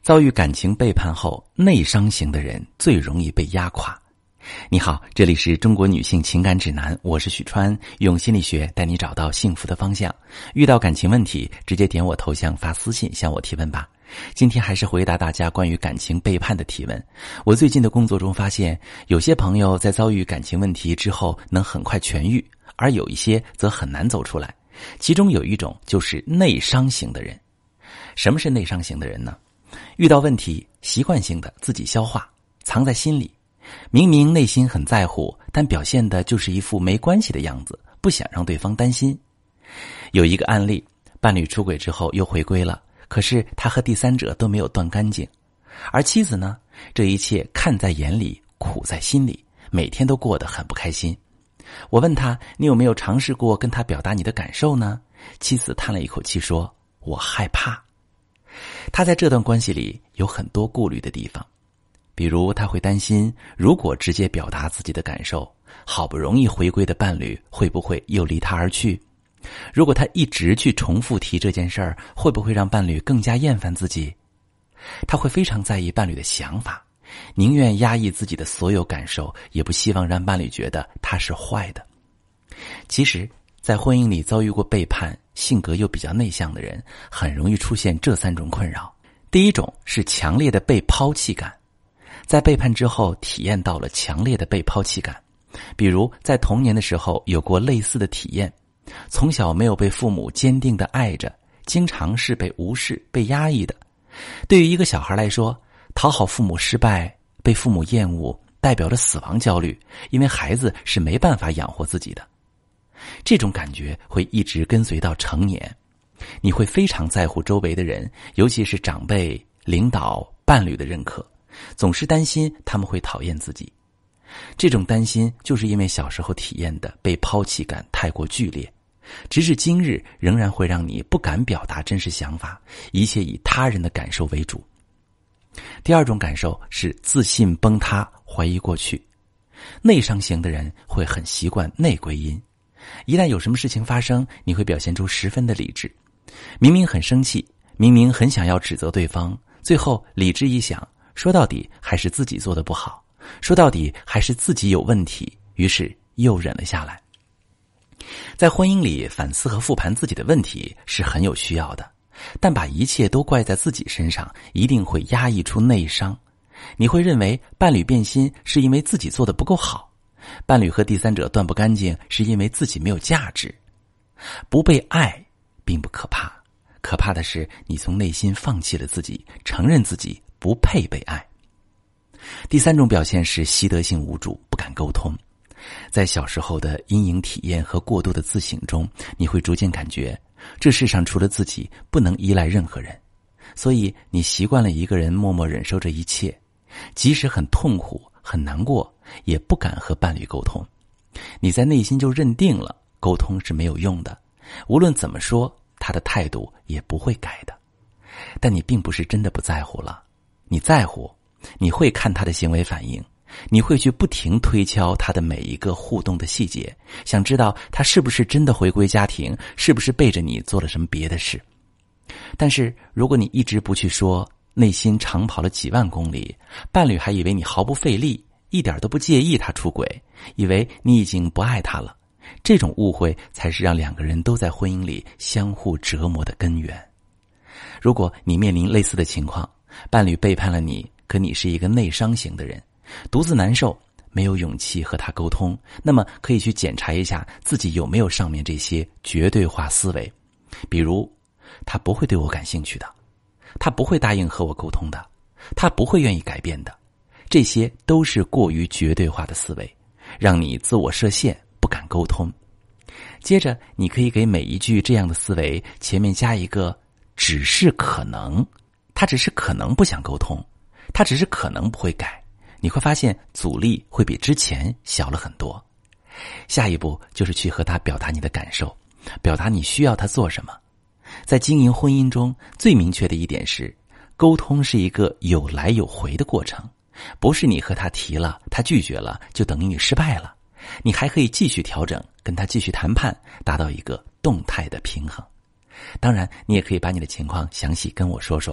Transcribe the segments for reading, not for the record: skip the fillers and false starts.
遭遇感情背叛后，内伤型的人最容易被压垮。你好，这里是中国女性情感指南，我是许川，用心理学带你找到幸福的方向。遇到感情问题，直接点我头像发私信向我提问吧。今天还是回答大家关于感情背叛的提问。我最近的工作中发现，有些朋友在遭遇感情问题之后能很快痊愈，而有一些则很难走出来。其中有一种就是内伤型的人。什么是内伤型的人呢？遇到问题习惯性的自己消化，藏在心里，明明内心很在乎，但表现的就是一副没关系的样子，不想让对方担心。有一个案例，伴侣出轨之后又回归了，可是他和第三者都没有断干净，而妻子呢，这一切看在眼里，苦在心里，每天都过得很不开心。我问他，你有没有尝试过跟他表达你的感受呢？妻子叹了一口气说，我害怕。他在这段关系里有很多顾虑的地方，比如他会担心，如果直接表达自己的感受，好不容易回归的伴侣会不会又离他而去？如果他一直去重复提这件事儿，会不会让伴侣更加厌烦自己？他会非常在意伴侣的想法，宁愿压抑自己的所有感受，也不希望让伴侣觉得他是坏的。其实在婚姻里遭遇过背叛，性格又比较内向的人，很容易出现这三种困扰。第一种是强烈的被抛弃感，在背叛之后体验到了强烈的被抛弃感，比如在童年的时候有过类似的体验，从小没有被父母坚定地爱着，经常是被无视、被压抑的。对于一个小孩来说，讨好父母失败，被父母厌恶，代表着死亡焦虑，因为孩子是没办法养活自己的。这种感觉会一直跟随到成年，你会非常在乎周围的人，尤其是长辈、领导、伴侣的认可，总是担心他们会讨厌自己。这种担心就是因为小时候体验的被抛弃感太过剧烈，直至今日仍然会让你不敢表达真实想法，一切以他人的感受为主。第二种感受是自信崩塌，怀疑过去。内伤型的人会很习惯内归因，一旦有什么事情发生，你会表现出十分的理智。明明很生气，明明很想要指责对方，最后理智一想，说到底还是自己做的不好，说到底还是自己有问题，于是又忍了下来。在婚姻里反思和复盘自己的问题是很有需要的，但把一切都怪在自己身上，一定会压抑出内伤。你会认为伴侣变心是因为自己做的不够好，伴侣和第三者断不干净是因为自己没有价值。不被爱并不可怕，可怕的是你从内心放弃了自己，承认自己不配被爱。第三种表现是习得性无助，不敢沟通。在小时候的阴影体验和过度的自省中，你会逐渐感觉这世上除了自己不能依赖任何人，所以你习惯了一个人默默忍受着一切，即使很痛苦很难过，也不敢和伴侣沟通。你在内心就认定了沟通是没有用的，无论怎么说他的态度也不会改的。但你并不是真的不在乎了，你在乎，你会看他的行为反应，你会去不停推敲他的每一个互动的细节，想知道他是不是真的回归家庭，是不是背着你做了什么别的事。但是如果你一直不去说，内心长跑了几万公里，伴侣还以为你毫不费力，一点都不介意他出轨，以为你已经不爱他了。这种误会才是让两个人都在婚姻里相互折磨的根源。如果你面临类似的情况，伴侣背叛了你，可你是一个内伤型的人，独自难受，没有勇气和他沟通，那么可以去检查一下自己有没有上面这些绝对化思维。比如，他不会对我感兴趣的，他不会答应和我沟通的，他不会愿意改变的，这些都是过于绝对化的思维，让你自我设限，不敢沟通。接着你可以给每一句这样的思维前面加一个只是可能，他只是可能不想沟通，他只是可能不会改，你会发现阻力会比之前小了很多。下一步就是去和他表达你的感受，表达你需要他做什么。在经营婚姻中，最明确的一点是，沟通是一个有来有回的过程，不是你和他提了，他拒绝了，就等于你失败了。你还可以继续调整，跟他继续谈判，达到一个动态的平衡。当然，你也可以把你的情况详细跟我说说。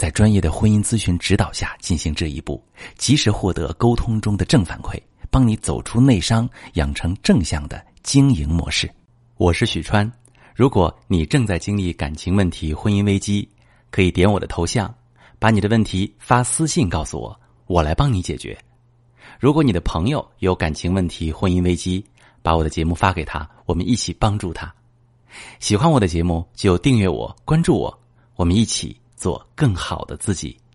在专业的婚姻咨询指导下进行这一步，及时获得沟通中的正反馈，帮你走出内伤，养成正向的经营模式。我是许川，如果你正在经历感情问题、婚姻危机，可以点我的头像，把你的问题发私信告诉我，我来帮你解决。如果你的朋友有感情问题、婚姻危机，把我的节目发给他，我们一起帮助他。喜欢我的节目就订阅我、关注我，我们一起做更好的自己。